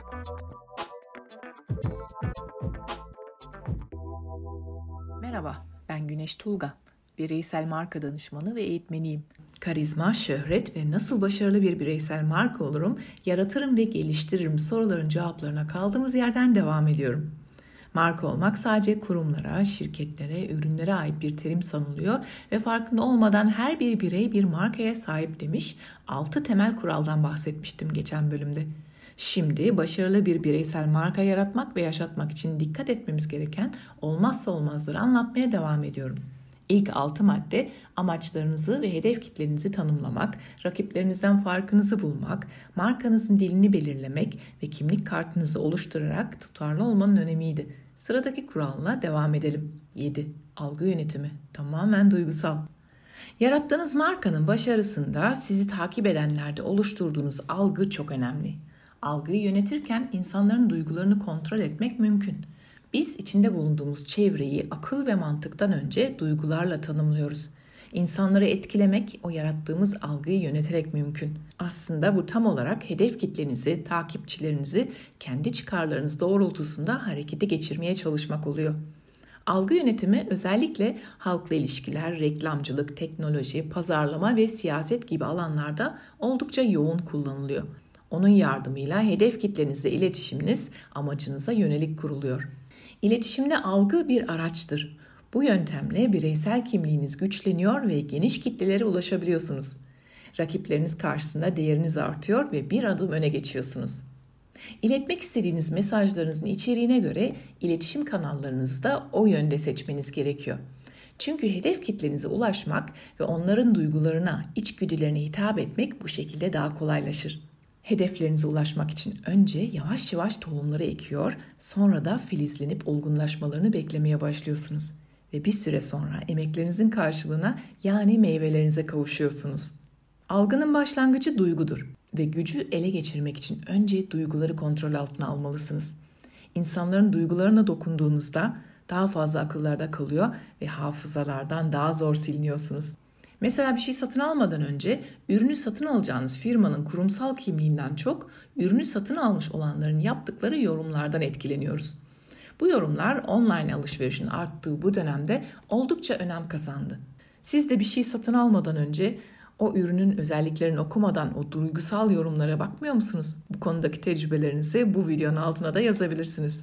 Merhaba, ben Güneş Tulga. Bireysel marka danışmanı ve eğitmeniyim. Karizma, şöhret ve nasıl başarılı bir bireysel marka olurum, yaratırım ve geliştiririm soruların cevaplarına kaldığımız yerden devam ediyorum. Marka olmak sadece kurumlara, şirketlere, ürünlere ait bir terim sanılıyor ve farkında olmadan her bir birey bir markaya sahip demiş, 6 temel kuraldan bahsetmiştim geçen bölümde. Şimdi başarılı bir bireysel marka yaratmak ve yaşatmak için dikkat etmemiz gereken olmazsa olmazları anlatmaya devam ediyorum. İlk 6 madde amaçlarınızı ve hedef kitlenizi tanımlamak, rakiplerinizden farkınızı bulmak, markanızın dilini belirlemek ve kimlik kartınızı oluşturarak tutarlı olmanın önemiydi. Sıradaki kuralla devam edelim. 7. Algı yönetimi. Tamamen duygusal. Yarattığınız markanın başarısında sizi takip edenlerde oluşturduğunuz algı çok önemli. Algıyı yönetirken insanların duygularını kontrol etmek mümkün. Biz içinde bulunduğumuz çevreyi akıl ve mantıktan önce duygularla tanımlıyoruz. İnsanları etkilemek o yarattığımız algıyı yöneterek mümkün. Aslında bu tam olarak hedef kitlenizi, takipçilerinizi kendi çıkarlarınız doğrultusunda harekete geçirmeye çalışmak oluyor. Algı yönetimi özellikle halkla ilişkiler, reklamcılık, teknoloji, pazarlama ve siyaset gibi alanlarda oldukça yoğun kullanılıyor. Onun yardımıyla hedef kitlenizle iletişiminiz amacınıza yönelik kuruluyor. İletişimde algı bir araçtır. Bu yöntemle bireysel kimliğiniz güçleniyor ve geniş kitlelere ulaşabiliyorsunuz. Rakipleriniz karşısında değeriniz artıyor ve bir adım öne geçiyorsunuz. İletmek istediğiniz mesajlarınızın içeriğine göre iletişim kanallarınızı da o yönde seçmeniz gerekiyor. Çünkü hedef kitlenize ulaşmak ve onların duygularına, içgüdülerine hitap etmek bu şekilde daha kolaylaşır. Hedeflerinize ulaşmak için önce yavaş yavaş tohumları ekiyor, sonra da filizlenip olgunlaşmalarını beklemeye başlıyorsunuz. Ve bir süre sonra emeklerinizin karşılığına yani meyvelerinize kavuşuyorsunuz. Algının başlangıcı duygudur ve gücü ele geçirmek için önce duyguları kontrol altına almalısınız. İnsanların duygularına dokunduğunuzda daha fazla akıllarda kalıyor ve hafızalardan daha zor siliniyorsunuz. Mesela bir şey satın almadan önce ürünü satın alacağınız firmanın kurumsal kimliğinden çok ürünü satın almış olanların yaptıkları yorumlardan etkileniyoruz. Bu yorumlar online alışverişin arttığı bu dönemde oldukça önem kazandı. Siz de bir şey satın almadan önce o ürünün özelliklerini okumadan o duygusal yorumlara bakmıyor musunuz? Bu konudaki tecrübelerinizi bu videonun altına da yazabilirsiniz.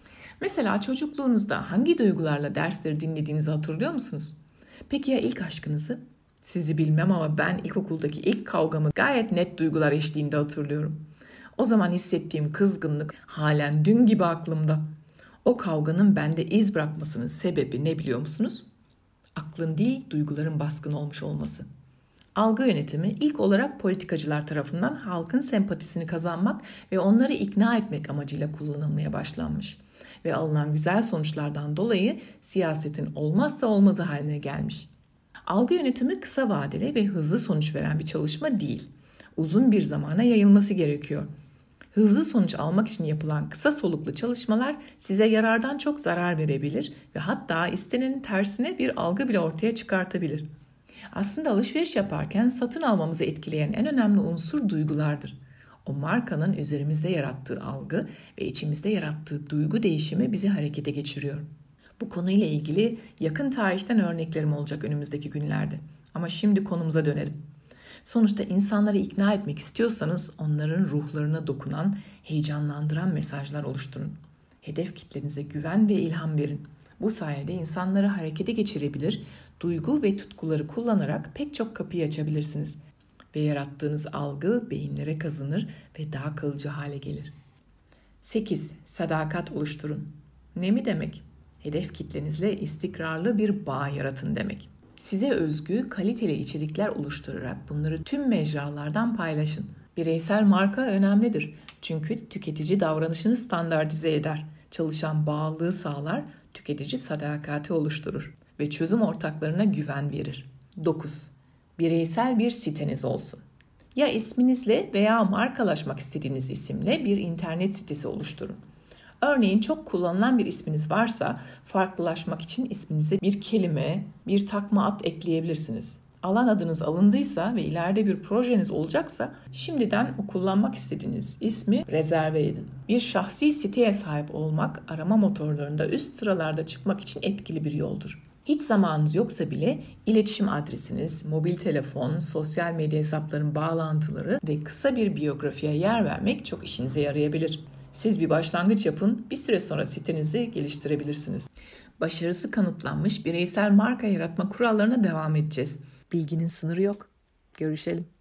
Mesela çocukluğunuzda hangi duygularla dersleri dinlediğinizi hatırlıyor musunuz? Peki ya ilk aşkınızı? Sizi bilmem ama ben ilkokuldaki ilk kavgamı gayet net duygular eşliğinde hatırlıyorum. O zaman hissettiğim kızgınlık halen dün gibi aklımda. O kavganın bende iz bırakmasının sebebi ne biliyor musunuz? Aklın değil, duyguların baskın olmuş olması. Algı yönetimi ilk olarak politikacılar tarafından halkın sempatisini kazanmak ve onları ikna etmek amacıyla kullanılmaya başlanmış. Ve alınan güzel sonuçlardan dolayı siyasetin olmazsa olmazı haline gelmiş. Algı yönetimi kısa vadeli ve hızlı sonuç veren bir çalışma değil. Uzun bir zamana yayılması gerekiyor. Hızlı sonuç almak için yapılan kısa soluklu çalışmalar size yarardan çok zarar verebilir ve hatta istenenin tersine bir algı bile ortaya çıkartabilir. Aslında alışveriş yaparken satın almamızı etkileyen en önemli unsur duygulardır. O markanın üzerimizde yarattığı algı ve içimizde yarattığı duygu değişimi bizi harekete geçiriyor. Bu konuyla ilgili yakın tarihten örneklerim olacak önümüzdeki günlerde. Ama şimdi konumuza dönelim. Sonuçta insanları ikna etmek istiyorsanız onların ruhlarına dokunan, heyecanlandıran mesajlar oluşturun. Hedef kitlenize güven ve ilham verin. Bu sayede insanları harekete geçirebilir, duygu ve tutkuları kullanarak pek çok kapıyı açabilirsiniz. Ve yarattığınız algı beyinlere kazınır ve daha kalıcı hale gelir. 8. Sadakat oluşturun. Ne mi demek? Hedef kitlenizle istikrarlı bir bağ yaratın demek. Size özgü, kaliteli içerikler oluşturarak bunları tüm mecralardan paylaşın. Bireysel marka önemlidir. Çünkü tüketici davranışını standartize eder. Çalışan bağlılığı sağlar, tüketici sadakati oluşturur ve çözüm ortaklarına güven verir. 9. Bireysel bir siteniz olsun. Ya isminizle veya markalaşmak istediğiniz isimle bir internet sitesi oluşturun. Örneğin çok kullanılan bir isminiz varsa farklılaşmak için isminize bir kelime, bir takma ad ekleyebilirsiniz. Alan adınız alındıysa ve ileride bir projeniz olacaksa şimdiden o kullanmak istediğiniz ismi rezerve edin. Bir şahsi siteye sahip olmak arama motorlarında üst sıralarda çıkmak için etkili bir yoldur. Hiç zamanınız yoksa bile iletişim adresiniz, mobil telefon, sosyal medya hesapların bağlantıları ve kısa bir biyografiye yer vermek çok işinize yarayabilir. Siz bir başlangıç yapın, bir süre sonra sitenizi geliştirebilirsiniz. Başarısı kanıtlanmış bireysel marka yaratma kurallarına devam edeceğiz. Bilginin sınırı yok. Görüşelim.